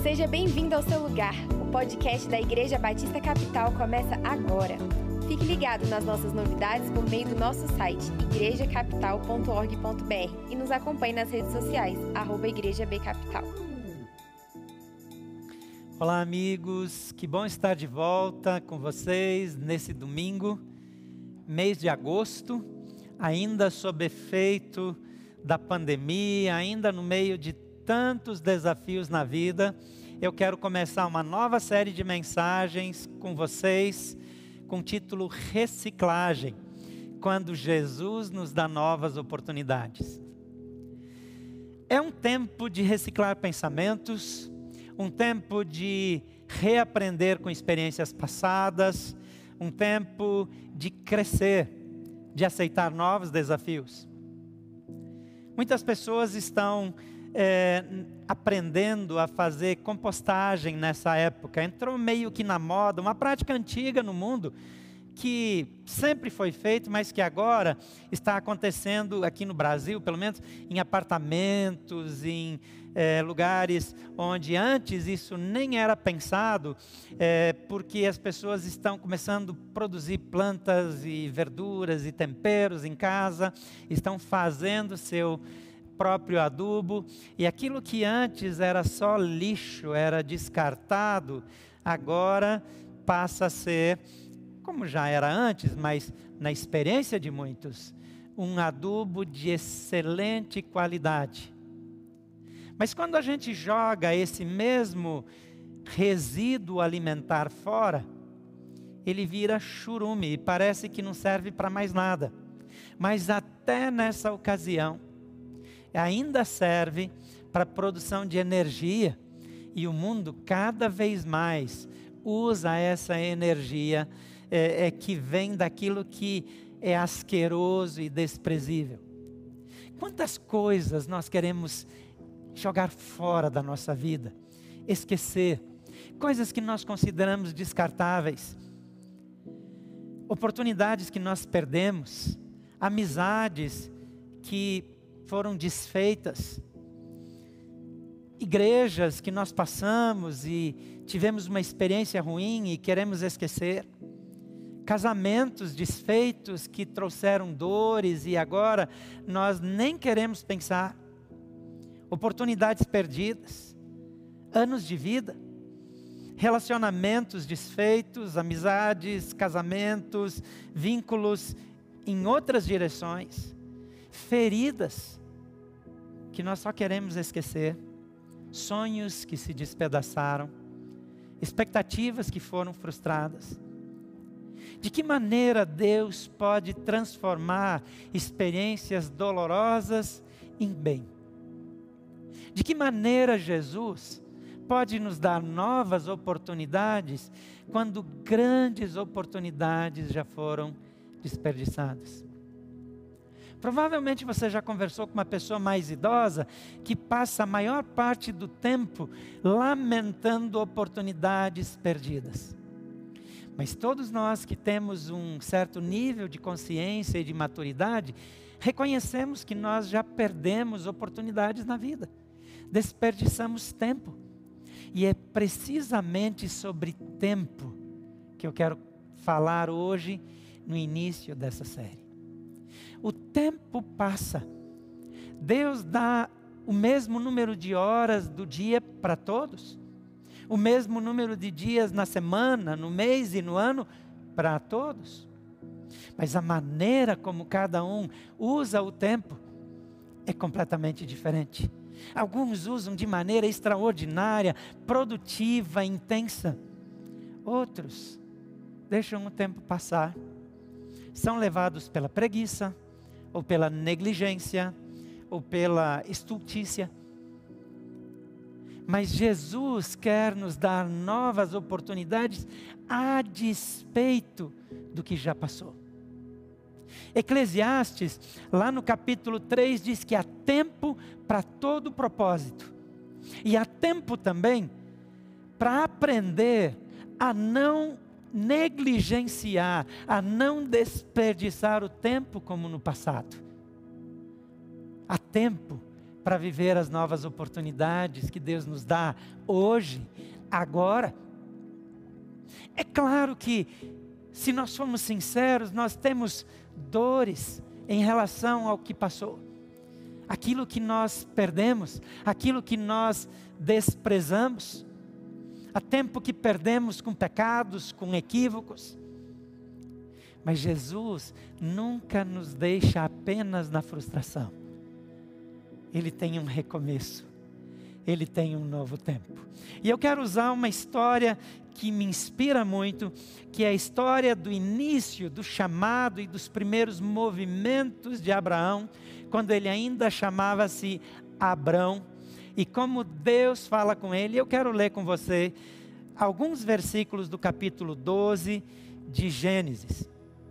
Seja bem-vindo ao seu lugar. O podcast da Igreja Batista Capital começa agora. Fique ligado nas nossas novidades por meio do nosso site, igrejacapital.org.br, e nos acompanhe nas redes sociais, @igrejabcapital. Olá, amigos, que bom estar de volta com vocês nesse domingo, mês de agosto, ainda sob efeito da pandemia, ainda no meio de tantos desafios na vida. Eu quero começar uma nova série de mensagens com vocês, com o título Reciclagem, quando Jesus nos dá novas oportunidades. É um tempo de reciclar pensamentos, um tempo de reaprender com experiências passadas, um tempo de crescer, de aceitar novos desafios. Muitas pessoas estão aprendendo a fazer compostagem nessa época. Entrou meio que na moda, uma prática antiga no mundo, que sempre foi feito, mas que agora está acontecendo aqui no Brasil, pelo menos em apartamentos, em lugares onde antes isso nem era pensado, porque as pessoas estão começando a produzir plantas e verduras e temperos em casa, estão fazendo seu próprio adubo, e aquilo que antes era só lixo, era descartado, agora passa a ser, como já era antes, mas na experiência de muitos, um adubo de excelente qualidade. Mas quando a gente joga esse mesmo resíduo alimentar fora, ele vira churume e parece que não serve para mais nada. Mas até nessa ocasião, ainda serve para a produção de energia, e o mundo cada vez mais usa essa energia que vem daquilo que é asqueroso e desprezível. Quantas coisas nós queremos jogar fora da nossa vida, esquecer, coisas que nós consideramos descartáveis, oportunidades que nós perdemos, amizades que foram desfeitas, igrejas que nós passamos e tivemos uma experiência ruim e queremos esquecer, casamentos desfeitos que trouxeram dores e agora nós nem queremos pensar, oportunidades perdidas, anos de vida, relacionamentos desfeitos, amizades, casamentos, vínculos em outras direções, feridas que nós só queremos esquecer, sonhos que se despedaçaram, expectativas que foram frustradas. De que maneira Deus pode transformar experiências dolorosas em bem? De que maneira Jesus pode nos dar novas oportunidades quando grandes oportunidades já foram desperdiçadas? Provavelmente você já conversou com uma pessoa mais idosa que passa a maior parte do tempo lamentando oportunidades perdidas. Mas todos nós que temos um certo nível de consciência e de maturidade, reconhecemos que nós já perdemos oportunidades na vida, desperdiçamos tempo. E é precisamente sobre tempo que eu quero falar hoje no início dessa série. O tempo passa. Deus dá o mesmo número de horas do dia para todos. O mesmo número de dias na semana, no mês e no ano para todos. Mas a maneira como cada um usa o tempo é completamente diferente. Alguns usam de maneira extraordinária, produtiva, intensa. Outros deixam o tempo passar. São levados pela preguiça, ou pela negligência, ou pela estultícia. Mas Jesus quer nos dar novas oportunidades a despeito do que já passou. Eclesiastes, lá no capítulo 3, diz que há tempo para todo propósito. E há tempo também para aprender a não negligenciar, a não desperdiçar o tempo como no passado. Há tempo para viver as novas oportunidades que Deus nos dá hoje, agora. É claro que, se nós formos sinceros, nós temos dores em relação ao que passou. Aquilo que nós perdemos, aquilo que nós desprezamos. Há tempo que perdemos com pecados, com equívocos. Mas Jesus nunca nos deixa apenas na frustração. Ele tem um recomeço. Ele tem um novo tempo. E eu quero usar uma história que me inspira muito, que é a história do início, do chamado e dos primeiros movimentos de Abraão, quando ele ainda chamava-se Abrão, e como Deus fala com ele. Eu quero ler com você alguns versículos do capítulo 12 de Gênesis.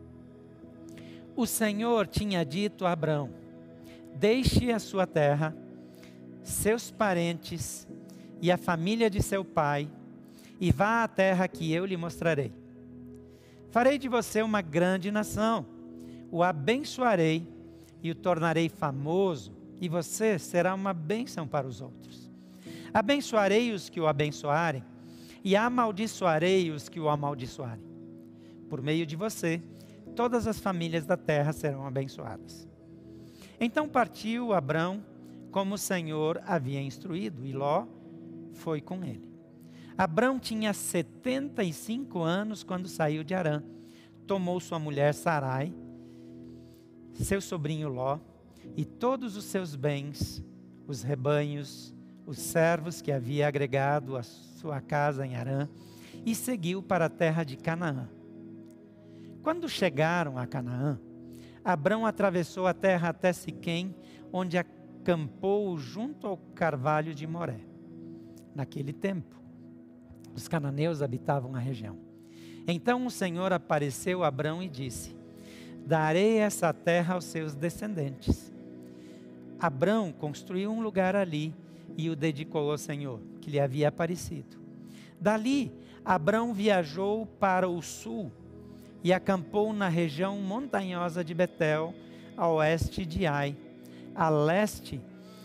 O Senhor tinha dito a Abrão: deixe a sua terra, seus parentes e a família de seu pai, e vá à terra que eu lhe mostrarei. Farei de você uma grande nação, o abençoarei e o tornarei famoso, e você será uma bênção para os outros. Abençoarei os que o abençoarem, e amaldiçoarei os que o amaldiçoarem. Por meio de você, todas as famílias da terra serão abençoadas. Então partiu Abrão, como o Senhor havia instruído, e Ló foi com ele. Abrão tinha 75 anos quando saiu de Harã. Tomou sua mulher Sarai, seu sobrinho Ló, e todos os seus bens, os rebanhos, os servos que havia agregado à sua casa em Harã, e seguiu para a terra de Canaã. Quando chegaram a Canaã, Abrão atravessou a terra até Siquém, onde acampou junto ao carvalho de Moré. Naquele tempo, os cananeus habitavam a região. Então o Senhor apareceu a Abrão e disse: darei essa terra aos seus descendentes. Abrão construiu um lugar ali e o dedicou ao Senhor, que lhe havia aparecido. Dali, Abrão viajou para o sul e acampou na região montanhosa de Betel, a oeste de Ai. A leste,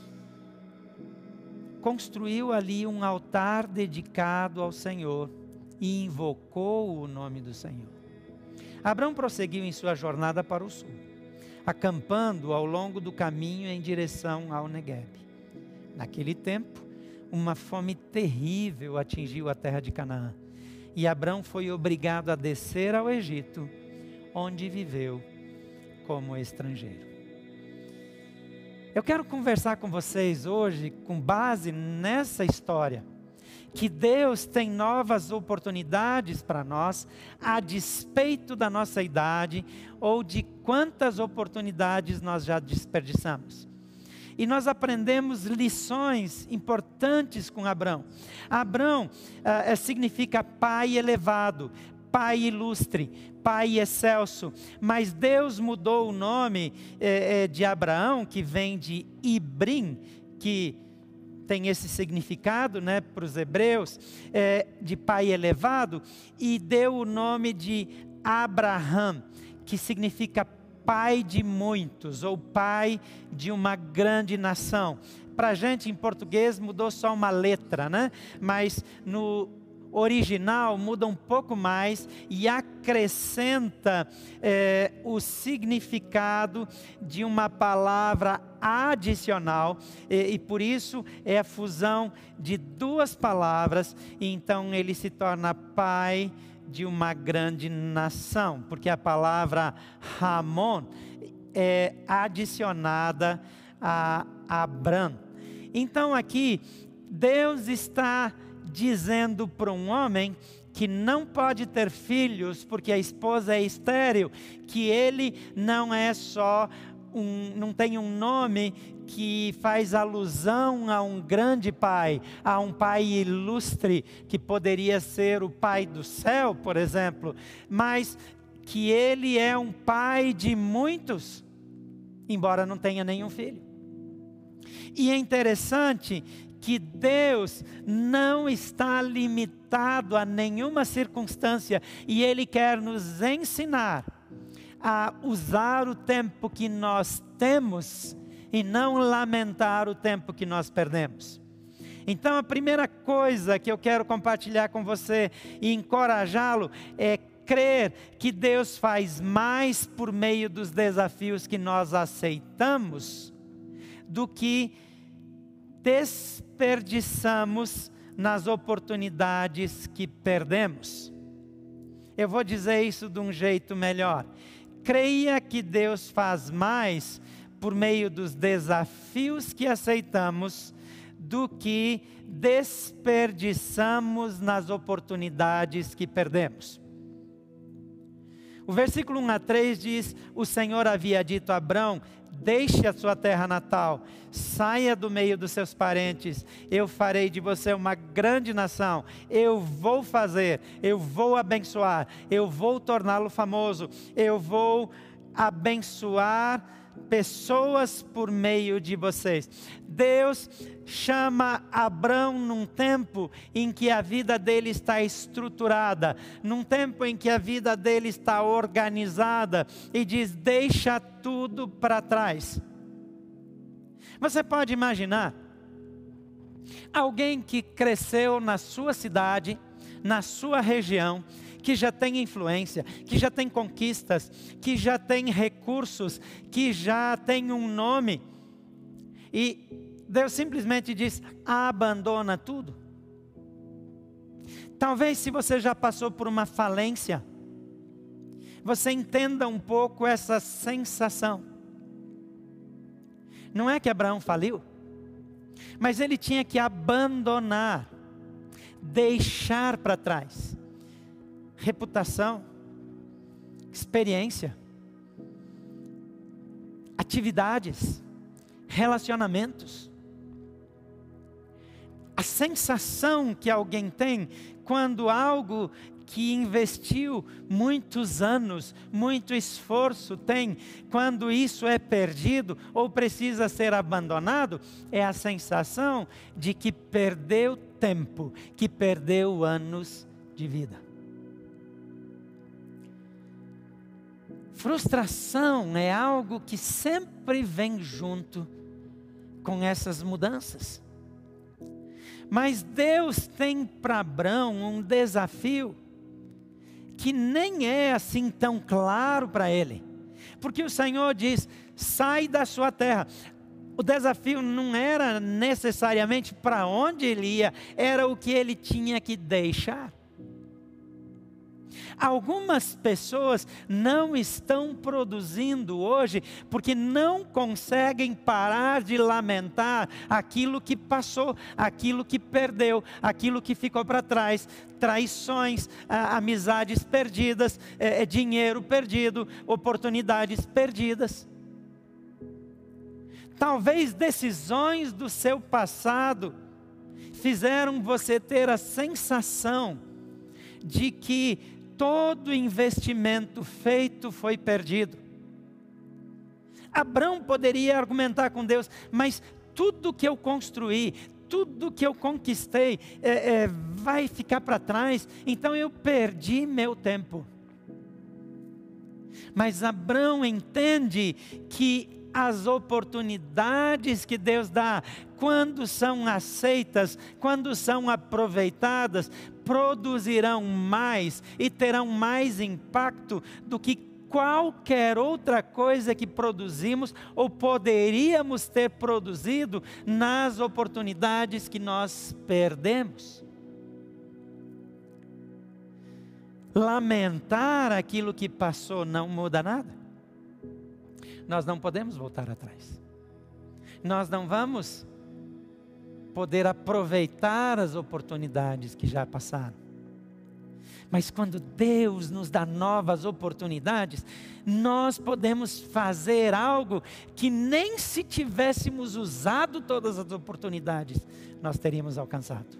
construiu ali um altar dedicado ao Senhor e invocou o nome do Senhor. Abrão prosseguiu em sua jornada para o sul, acampando ao longo do caminho em direção ao Negueb. Naquele tempo, uma fome terrível atingiu a terra de Canaã, e Abrão foi obrigado a descer ao Egito, onde viveu como estrangeiro. Eu quero conversar com vocês hoje, com base nessa história, que Deus tem novas oportunidades para nós, a despeito da nossa idade, ou de quantas oportunidades nós já desperdiçamos. E nós aprendemos lições importantes com Abrão. Abrão significa pai elevado, pai ilustre, pai excelso. Mas Deus mudou o nome de Abraão, que vem de Ibrim, que tem esse significado, né, para os hebreus, de pai elevado, e deu o nome de Abraham, que significa pai de muitos, ou pai de uma grande nação. Para a gente, em português, mudou só uma letra, né? Mas no original muda um pouco mais e acrescenta o significado de uma palavra adicional, e por isso é a fusão de duas palavras, e então ele se torna pai de uma grande nação, porque a palavra Ramon é adicionada a Abrão. Então aqui Deus está dizendo para um homem que não pode ter filhos porque a esposa é estéril, que ele não é só não tem um nome que faz alusão a um grande pai, a um pai ilustre, que poderia ser o pai do céu, por exemplo, mas que ele é um pai de muitos, embora não tenha nenhum filho. E é interessante que Deus não está limitado a nenhuma circunstância, e Ele quer nos ensinar a usar o tempo que nós temos e não lamentar o tempo que nós perdemos. Então a primeira coisa que eu quero compartilhar com você e encorajá-lo é crer que Deus faz mais por meio dos desafios que nós aceitamos do que desperdiçamos nas oportunidades que perdemos. Eu vou dizer isso de um jeito melhor. Creia que Deus faz mais por meio dos desafios que aceitamos do que desperdiçamos nas oportunidades que perdemos. O versículo 1 a 3 diz: o Senhor havia dito a Abrão: deixe a sua terra natal, saia do meio dos seus parentes, eu farei de você uma grande nação, eu vou fazer, eu vou abençoar, eu vou torná-lo famoso, eu vou abençoar pessoas por meio de vocês. Deus chama Abrão num tempo em que a vida dele está estruturada, num tempo em que a vida dele está organizada, e diz: deixa tudo para trás. Você pode imaginar alguém que cresceu na sua cidade, na sua região, que já tem influência, que já tem conquistas, que já tem recursos, que já tem um nome, e Deus simplesmente diz: abandona tudo. Talvez, se você já passou por uma falência, você entenda um pouco essa sensação. Não é que Abraão faliu, mas ele tinha que abandonar, deixar para trás reputação, experiência, atividades, relacionamentos. A sensação que alguém tem quando algo que investiu muitos anos, muito esforço quando isso é perdido ou precisa ser abandonado, é a sensação de que perdeu tempo, que perdeu anos de vida. Frustração é algo que sempre vem junto com essas mudanças. Mas Deus tem para Abrão um desafio que nem é assim tão claro para ele. Porque o Senhor diz: sai da sua terra. O desafio não era necessariamente para onde ele ia, era o que ele tinha que deixar. Algumas pessoas não estão produzindo hoje porque não conseguem parar de lamentar aquilo que passou, aquilo que perdeu, aquilo que ficou para trás. Traições, amizades perdidas, dinheiro perdido, oportunidades perdidas. Talvez decisões do seu passado fizeram você ter a sensação de que todo investimento feito foi perdido. Abrão poderia argumentar com Deus: mas tudo que eu construí, tudo que eu conquistei, vai ficar para trás, então eu perdi meu tempo. Mas Abrão entende que as oportunidades que Deus dá, quando são aceitas, quando são aproveitadas, produzirão mais e terão mais impacto do que qualquer outra coisa que produzimos ou poderíamos ter produzido nas oportunidades que nós perdemos. Lamentar aquilo que passou não muda nada. Nós não podemos voltar atrás. Nós não vamos poder aproveitar as oportunidades que já passaram. Mas quando Deus nos dá novas oportunidades, nós podemos fazer algo que nem se tivéssemos usado todas as oportunidades, nós teríamos alcançado.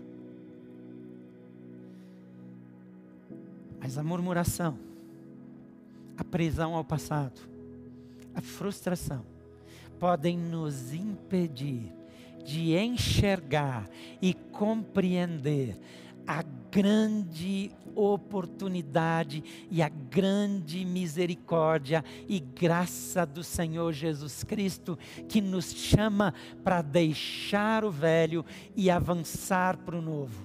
Mas a murmuração, a prisão ao passado, a frustração, podem nos impedir de enxergar e compreender a grande oportunidade e a grande misericórdia e graça do Senhor Jesus Cristo, que nos chama para deixar o velho e avançar para o novo.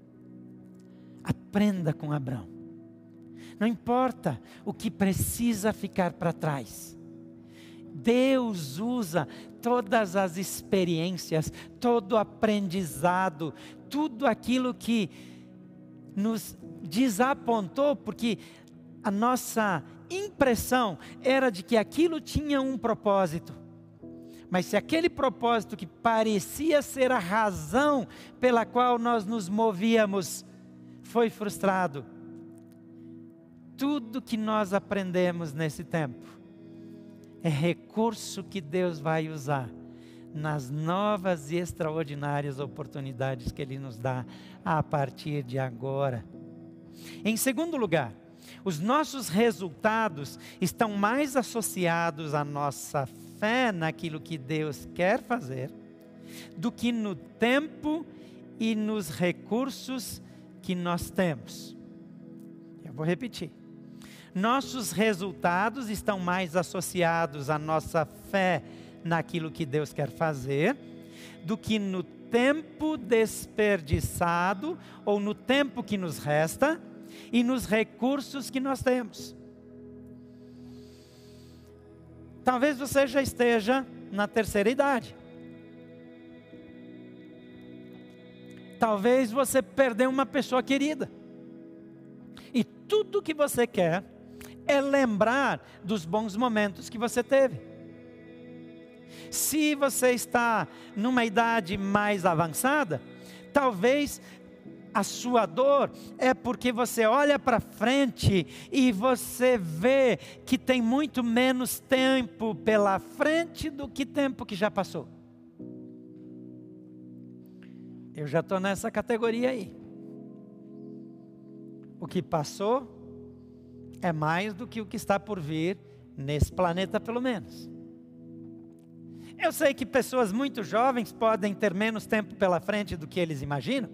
Aprenda com Abraão. Não importa o que precisa ficar para trás. Deus usa todas as experiências, todo o aprendizado, tudo aquilo que nos desapontou, porque a nossa impressão era de que aquilo tinha um propósito. Mas se aquele propósito que parecia ser a razão pela qual nós nos movíamos foi frustrado, tudo que nós aprendemos nesse tempo é recurso que Deus vai usar nas novas e extraordinárias oportunidades que Ele nos dá a partir de agora. Em segundo lugar, os nossos resultados estão mais associados à nossa fé naquilo que Deus quer fazer do que no tempo e nos recursos que nós temos. Eu vou repetir. Nossos resultados estão mais associados à nossa fé naquilo que Deus quer fazer, do que no tempo desperdiçado, ou no tempo que nos resta, e nos recursos que nós temos. Talvez você já esteja na terceira idade. Talvez você perdeu uma pessoa querida. E tudo que você quer é lembrar dos bons momentos que você teve. Se você está numa idade mais avançada, talvez a sua dor é porque você olha para frente e você vê que tem muito menos tempo pela frente do que tempo que já passou. Eu já estou nessa categoria aí. O que passou é mais do que o que está por vir nesse planeta, pelo menos. Eu sei que pessoas muito jovens podem ter menos tempo pela frente do que eles imaginam.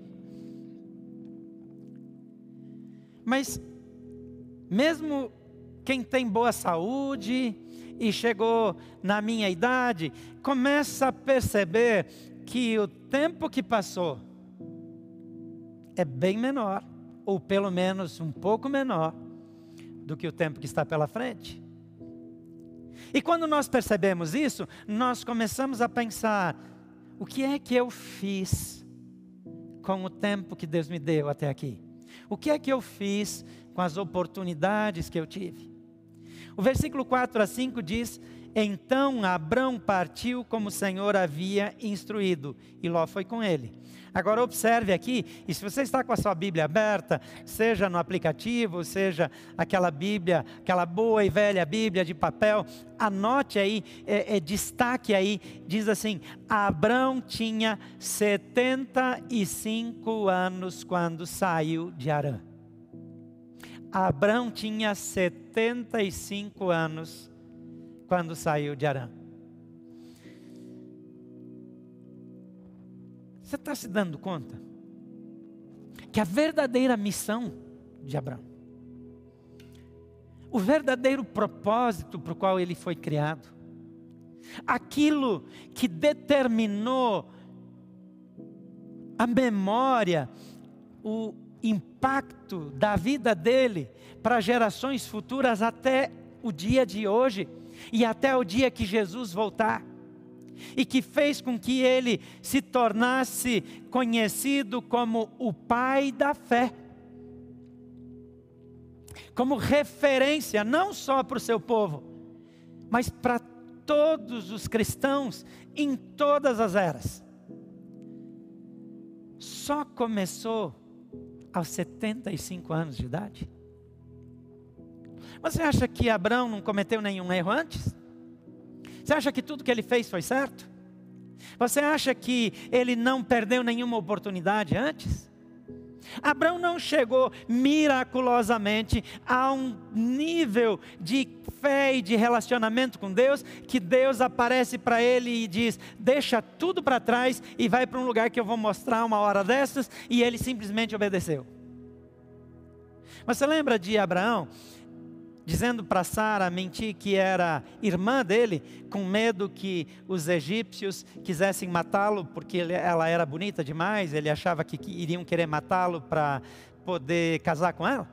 Mas, mesmo quem tem boa saúde e chegou na minha idade, começa a perceber que o tempo que passou é bem menor, ou pelo menos um pouco menor, do que o tempo que está pela frente. E quando nós percebemos isso, nós começamos a pensar: o que é que eu fiz com o tempo que Deus me deu até aqui? O que é que eu fiz com as oportunidades que eu tive? O versículo 4 a 5 diz: então Abrão partiu como o Senhor havia instruído, e Ló foi com ele. Agora observe aqui, e se você está com a sua Bíblia aberta, seja no aplicativo, seja aquela Bíblia, aquela boa e velha Bíblia de papel, anote aí, destaque aí, diz assim: Abrão tinha 75 anos quando saiu de Harã. Abrão tinha 75 anos quando saiu de Harã. Você está se dando conta que a verdadeira missão de Abrão, o verdadeiro propósito para o qual ele foi criado, aquilo que determinou a memória, o impacto da vida dele para gerações futuras até o dia de hoje e até o dia que Jesus voltar, e que fez com que ele se tornasse conhecido como o pai da fé, como referência não só para o seu povo, mas para todos os cristãos em todas as eras. Só começou aos 75 anos de idade. Você acha que Abrão não cometeu nenhum erro antes? Você acha que tudo que ele fez foi certo? Você acha que ele não perdeu nenhuma oportunidade antes? Abraão não chegou miraculosamente a um nível de fé e de relacionamento com Deus, que Deus aparece para ele e diz: deixa tudo para trás e vai para um lugar que eu vou mostrar uma hora dessas, e ele simplesmente obedeceu. Mas você lembra de Abraão dizendo para Sara mentir que era irmã dele, com medo que os egípcios quisessem matá-lo, porque ela era bonita demais, ele achava que iriam querer matá-lo para poder casar com ela?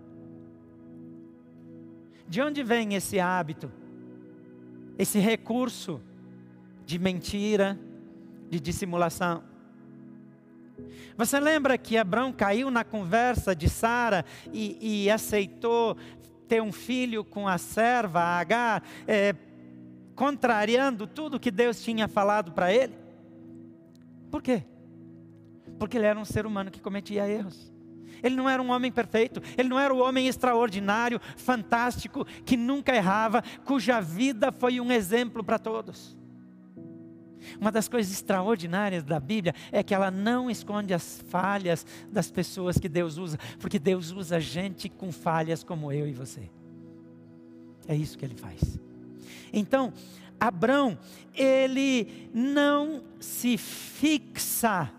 De onde vem esse hábito, esse recurso de mentira, de dissimulação? Você lembra que Abraão caiu na conversa de Sara e aceitou ter um filho com a serva, a Agar, contrariando tudo que Deus tinha falado para ele? Por quê? Porque ele era um ser humano que cometia erros. Ele não era um homem perfeito, ele não era o homem extraordinário, fantástico, que nunca errava, cuja vida foi um exemplo para todos. Uma das coisas extraordinárias da Bíblia é que ela não esconde as falhas das pessoas que Deus usa, porque Deus usa gente com falhas como eu e você. É isso que Ele faz. Então, Abraão, ele não se fixa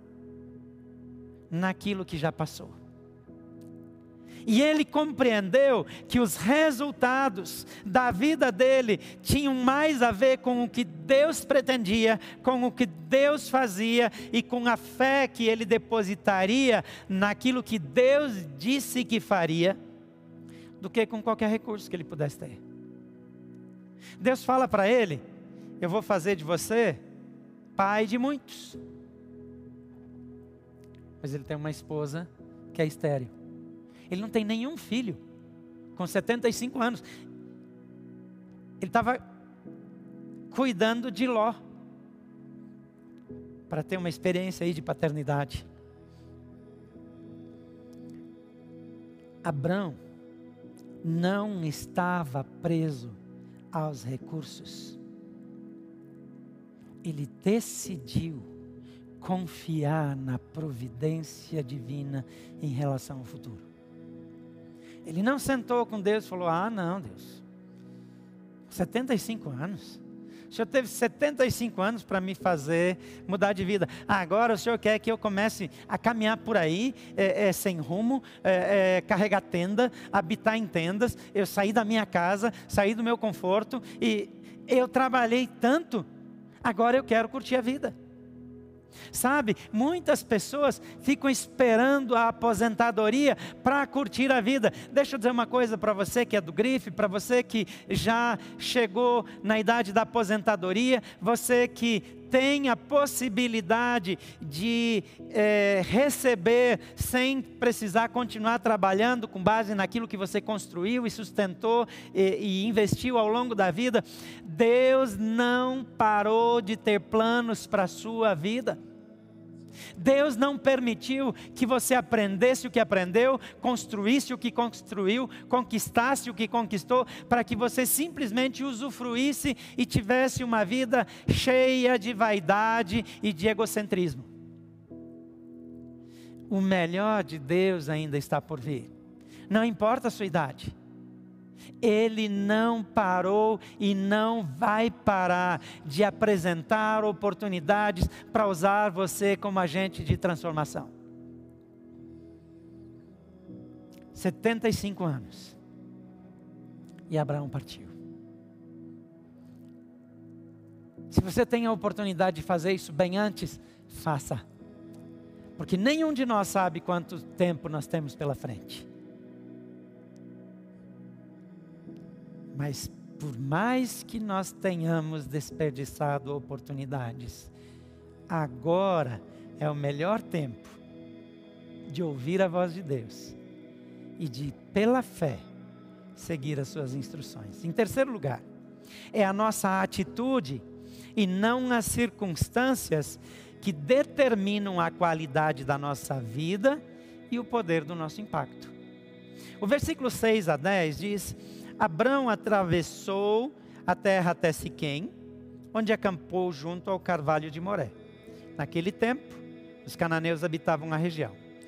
naquilo que já passou. E ele compreendeu que os resultados da vida dele tinham mais a ver com o que Deus pretendia, com o que Deus fazia e com a fé que ele depositaria naquilo que Deus disse que faria, do que com qualquer recurso que ele pudesse ter. Deus fala para ele: eu vou fazer de você pai de muitos. Mas ele tem uma esposa que é estéril. Ele não tem nenhum filho, com 75 anos. Ele estava cuidando de Ló, para ter uma experiência aí de paternidade. Abraão não estava preso aos recursos. Ele decidiu confiar na providência divina em relação ao futuro. Ele não sentou com Deus e falou: ah, não, Deus, 75 anos. O Senhor teve 75 anos para me fazer mudar de vida. Agora o Senhor quer que eu comece a caminhar por aí, sem rumo, carregar tenda, habitar em tendas, eu sair da minha casa, sair do meu conforto, e eu trabalhei tanto, agora eu quero curtir a vida. Sabe, muitas pessoas ficam esperando a aposentadoria para curtir a vida. Deixa eu dizer uma coisa para você que é do grife, para você que já chegou na idade da aposentadoria, você que tem a possibilidade de receber sem precisar continuar trabalhando com base naquilo que você construiu e sustentou e investiu ao longo da vida. Deus não parou de ter planos para a sua vida. Deus não permitiu que você aprendesse o que aprendeu, construísse o que construiu, conquistasse o que conquistou, para que você simplesmente usufruísse e tivesse uma vida cheia de vaidade e de egocentrismo. O melhor de Deus ainda está por vir. Não importa a sua idade. Ele não parou e não vai parar de apresentar oportunidades para usar você como agente de transformação. 75 anos. E Abraão partiu. Se você tem a oportunidade de fazer isso bem antes, faça. Porque nenhum de nós sabe quanto tempo nós temos pela frente. Mas por mais que nós tenhamos desperdiçado oportunidades, agora é o melhor tempo de ouvir a voz de Deus e de, pela fé, seguir as suas instruções. Em terceiro lugar, é a nossa atitude e não as circunstâncias que determinam a qualidade da nossa vida e o poder do nosso impacto. O versículo 6 a 10 diz: Abrão atravessou a terra até Siquém, onde acampou junto ao carvalho de Moré. Naquele tempo, os cananeus habitavam a região.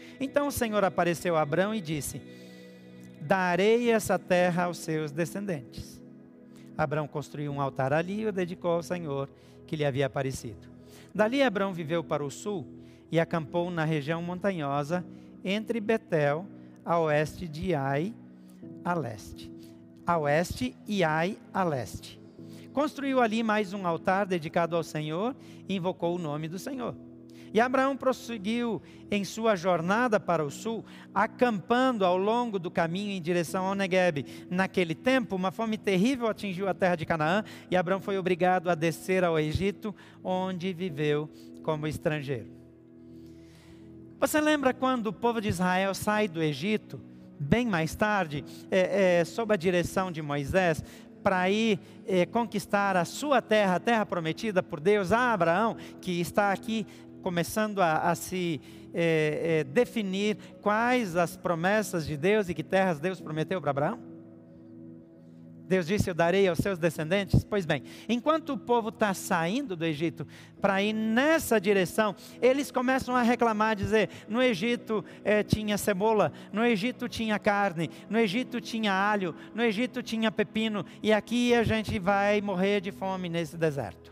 Então o Senhor apareceu a Abrão e disse: darei essa terra aos seus descendentes. Abrão construiu um altar ali e o dedicou ao Senhor que lhe havia aparecido. Dali Abrão viveu para o sul e acampou na região montanhosa entre Betel, a oeste de Ai, a leste. A oeste e Ai, a leste. Construiu ali mais um altar dedicado ao Senhor e invocou o nome do Senhor. E Abraão prosseguiu em sua jornada para o sul, acampando ao longo do caminho em direção ao Neguebe. Naquele tempo, uma fome terrível atingiu a terra de Canaã, e Abraão foi obrigado a descer ao Egito, onde viveu como estrangeiro. Você lembra quando o povo de Israel sai do Egito, bem mais tarde, sob a direção de Moisés, para ir conquistar a sua terra, a terra prometida por Deus a Abraão, que está aqui começando a se definir quais as promessas de Deus e que terras Deus prometeu para Abraão? Deus disse: eu darei aos seus descendentes. Pois bem, enquanto o povo está saindo do Egito para ir nessa direção, eles começam a reclamar, dizer: no Egito tinha cebola, no Egito tinha carne, no Egito tinha alho, no Egito tinha pepino, e aqui a gente vai morrer de fome nesse deserto.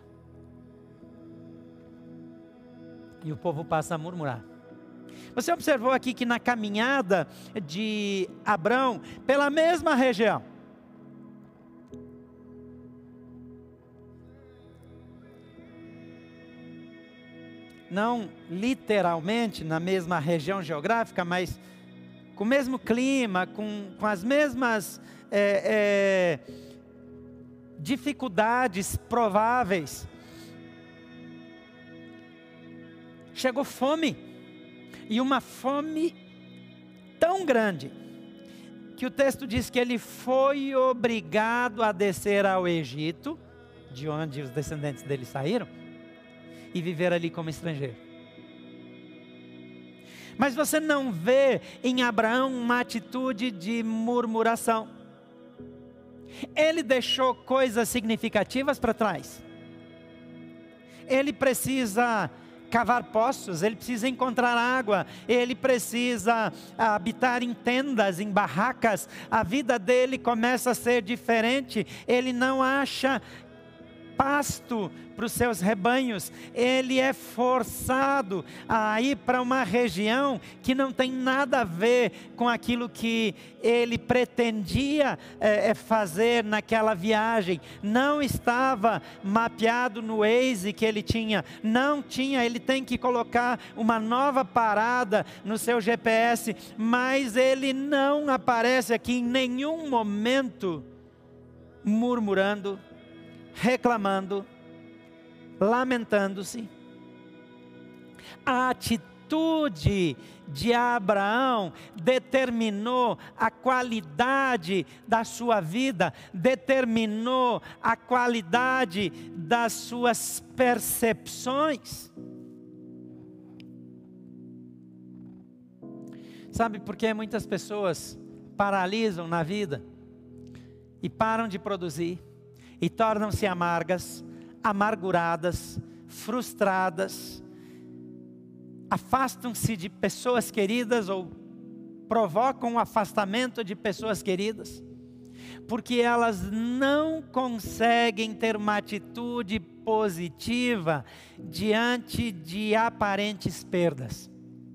E o povo passa a murmurar. Você observou aqui que na caminhada de Abrão pela mesma região, não literalmente na mesma região geográfica, mas com o mesmo clima, com as mesmas dificuldades prováveis, chegou fome, e uma fome tão grande, que o texto diz que ele foi obrigado a descer ao Egito, de onde os descendentes dele saíram, e viver ali como estrangeiro. Mas você não vê em Abraão uma atitude de murmuração. Ele deixou coisas significativas para trás. Ele precisa cavar poços, ele precisa encontrar água, ele precisa habitar em tendas, em barracas. A vida dele começa a ser diferente. Ele não acha pasto para os seus rebanhos, ele é forçado a ir para uma região que não tem nada a ver com aquilo que ele pretendia fazer naquela viagem. Não estava mapeado no Waze que ele tinha, ele tem que colocar uma nova parada no seu GPS, mas ele não aparece aqui em nenhum momento murmurando, reclamando, lamentando-se. A atitude de Abraão determinou a qualidade da sua vida, determinou a qualidade das suas percepções. Sabe por que muitas pessoas paralisam na vida e param de produzir? E tornam-se amargas, amarguradas, frustradas, afastam-se de pessoas queridas ou provocam o afastamento de pessoas queridas, porque elas não conseguem ter uma atitude positiva diante de aparentes perdas.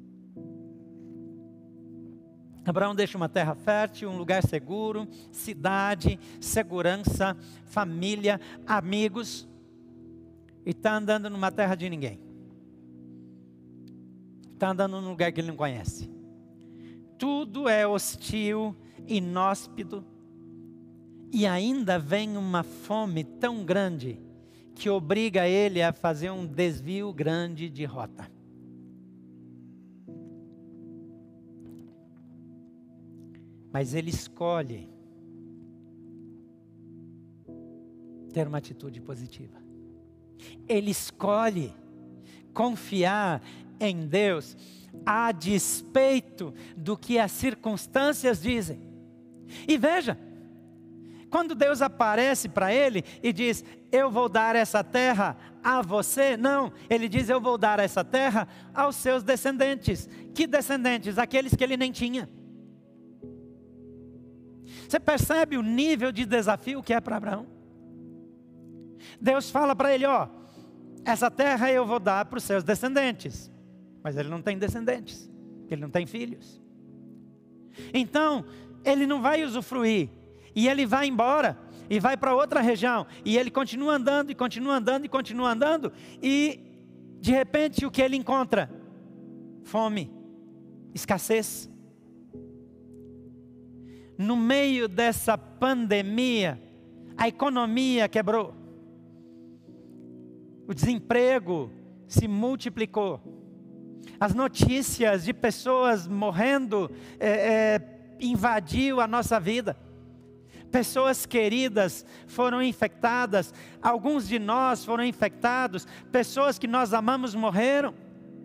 Abraão deixa uma terra fértil, um lugar seguro, cidade, segurança, família, amigos, e está andando numa terra de ninguém. Está andando num lugar que ele não conhece. Tudo é hostil, inóspito, e ainda vem uma fome tão grande que obriga ele a fazer um desvio grande de rota. Mas ele escolhe ter uma atitude positiva. Ele escolhe confiar em Deus a despeito do que as circunstâncias dizem. E veja, Quando Deus aparece para ele e diz, eu vou dar essa terra a você, não, ele diz, eu vou dar essa terra aos seus descendentes. Que descendentes? Aqueles que ele nem tinha. Você percebe o nível de desafio que é para Abraão? Deus fala para ele, ó, essa terra eu vou dar para os seus descendentes. Mas ele não tem descendentes, ele não tem filhos. Então, ele não vai usufruir. E ele vai embora, e vai para outra região. E ele continua andando, e continua andando, e continua andando. E, de repente, o que ele encontra? Fome, escassez. No meio dessa pandemia, a economia quebrou. O desemprego se multiplicou. As notícias de pessoas morrendo invadiu a nossa vida. Pessoas queridas foram infectadas. Alguns de nós foram infectados. Pessoas que nós amamos morreram.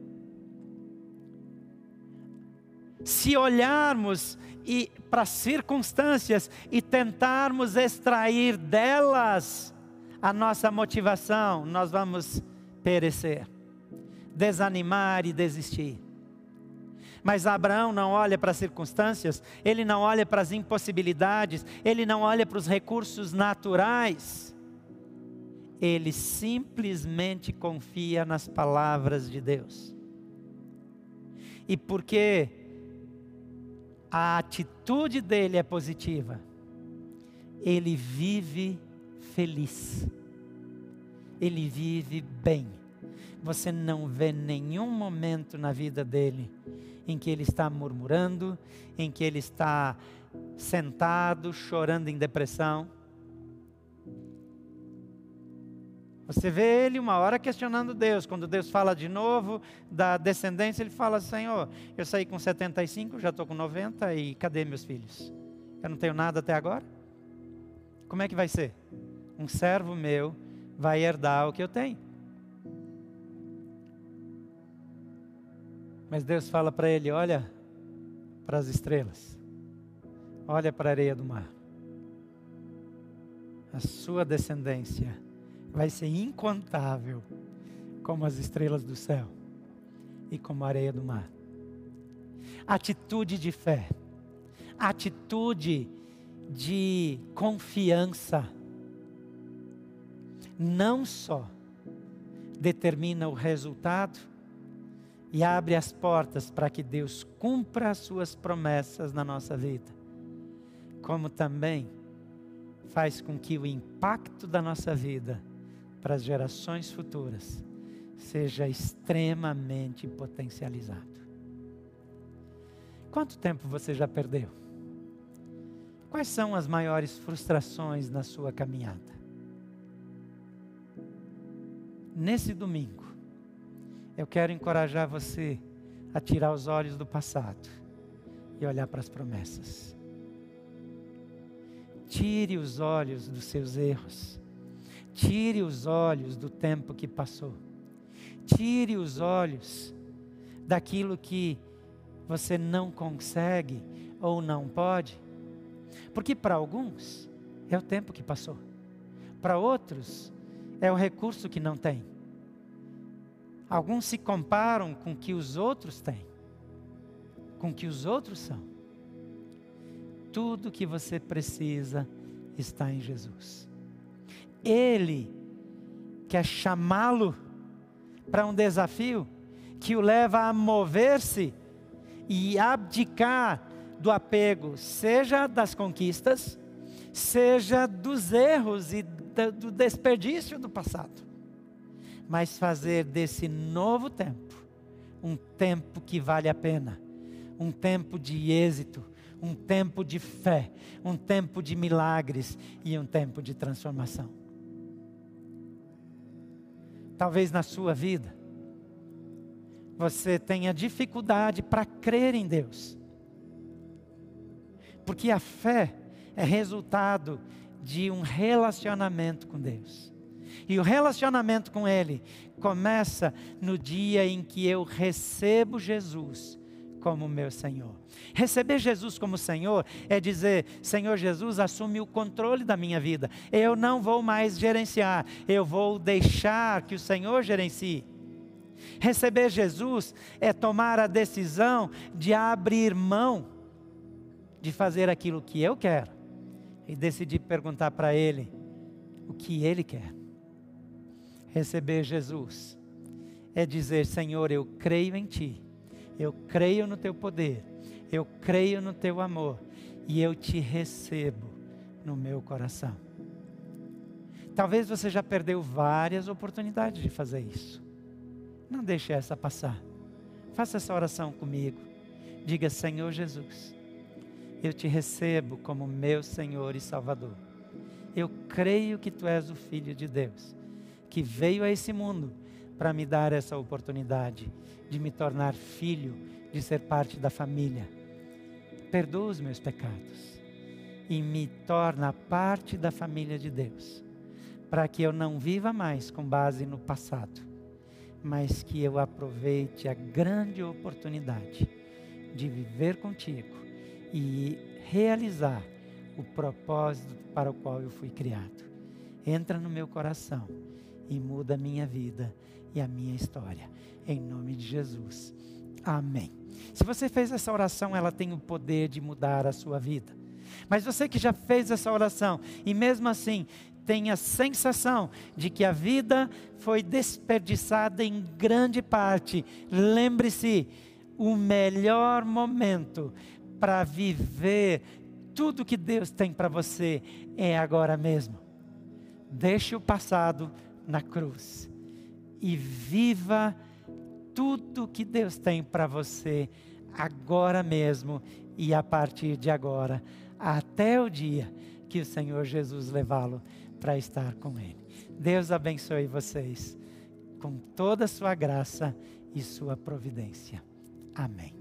Se olharmos para as circunstâncias e tentarmos extrair delas a nossa motivação, nós vamos perecer, desanimar e desistir. Mas Abraão não olha para as circunstâncias, ele não olha para as impossibilidades, ele não olha para os recursos naturais. Ele simplesmente confia nas palavras de Deus. E porque a atitude dele é positiva, ele vive feliz. Ele vive bem. Você não vê nenhum momento na vida dele em que ele está murmurando, em que ele está sentado, chorando em depressão. Você vê ele uma hora questionando Deus. Quando Deus fala de novo da descendência, ele fala, Senhor, eu saí com 75, já estou com 90 e cadê meus filhos? Eu não tenho nada até agora? Como é que vai ser? Um servo meu vai herdar o que eu tenho. Mas Deus fala para ele, olha para as estrelas, olha para a areia do mar. A sua descendência vai ser incontável como as estrelas do céu e como a areia do mar. Atitude de fé, atitude de confiança, não só determina o resultado e abre as portas para que Deus cumpra as suas promessas na nossa vida, como também faz com que o impacto da nossa vida para as gerações futuras seja extremamente potencializado. Quanto tempo você já perdeu? Quais são as maiores frustrações na sua caminhada? Nesse domingo, eu quero encorajar você a tirar os olhos do passado e olhar para as promessas. Tire os olhos dos seus erros. Tire os olhos do tempo que passou. Tire os olhos daquilo que você não consegue ou não pode. Porque para alguns é o tempo que passou. Para outros é o recurso que não tem. Alguns se comparam com o que os outros têm, com o que os outros são. Tudo que você precisa está em Jesus. Ele quer chamá-lo para um desafio que o leva a mover-se e abdicar do apego, seja das conquistas, seja dos erros e do desperdício do passado. Mas fazer desse novo tempo, um tempo que vale a pena, um tempo de êxito, um tempo de fé, um tempo de milagres e um tempo de transformação. Talvez na sua vida, você tenha dificuldade para crer em Deus. Porque a fé é resultado de um relacionamento com Deus. E o relacionamento com Ele começa no dia em que eu recebo Jesus como meu Senhor. Receber Jesus como Senhor é dizer: Senhor Jesus, assume o controle da minha vida. Eu não vou mais gerenciar, eu vou deixar que o Senhor gerencie. Receber Jesus é tomar a decisão de abrir mão de fazer aquilo que eu quero e decidir perguntar para Ele o que Ele quer. Receber Jesus é dizer: Senhor, eu creio em Ti, eu creio no Teu poder, eu creio no Teu amor e eu Te recebo no meu coração. Talvez você já perdeu várias oportunidades de fazer isso. Não deixe essa passar. Faça essa oração comigo. Diga: Senhor Jesus, eu Te recebo como meu Senhor e Salvador. Eu creio que Tu és o Filho de Deus, que veio a esse mundo para me dar essa oportunidade de me tornar filho, de ser parte da família. Perdoa os meus pecados e me torna parte da família de Deus, para que eu não viva mais com base no passado, mas que eu aproveite a grande oportunidade de viver contigo e realizar o propósito para o qual eu fui criado. Entra no meu coração e muda a minha vida e a minha história. Em nome de Jesus. Amém. Se você fez essa oração, ela tem o poder de mudar a sua vida. Mas você que já fez essa oração e mesmo assim tem a sensação de que a vida foi desperdiçada em grande parte, lembre-se, o melhor momento para viver tudo que Deus tem para você é agora mesmo. Deixe o passado na cruz e viva tudo que Deus tem para você agora mesmo e a partir de agora, até o dia que o Senhor Jesus levá-lo para estar com Ele. Deus abençoe vocês com toda a sua graça e sua providência. Amém.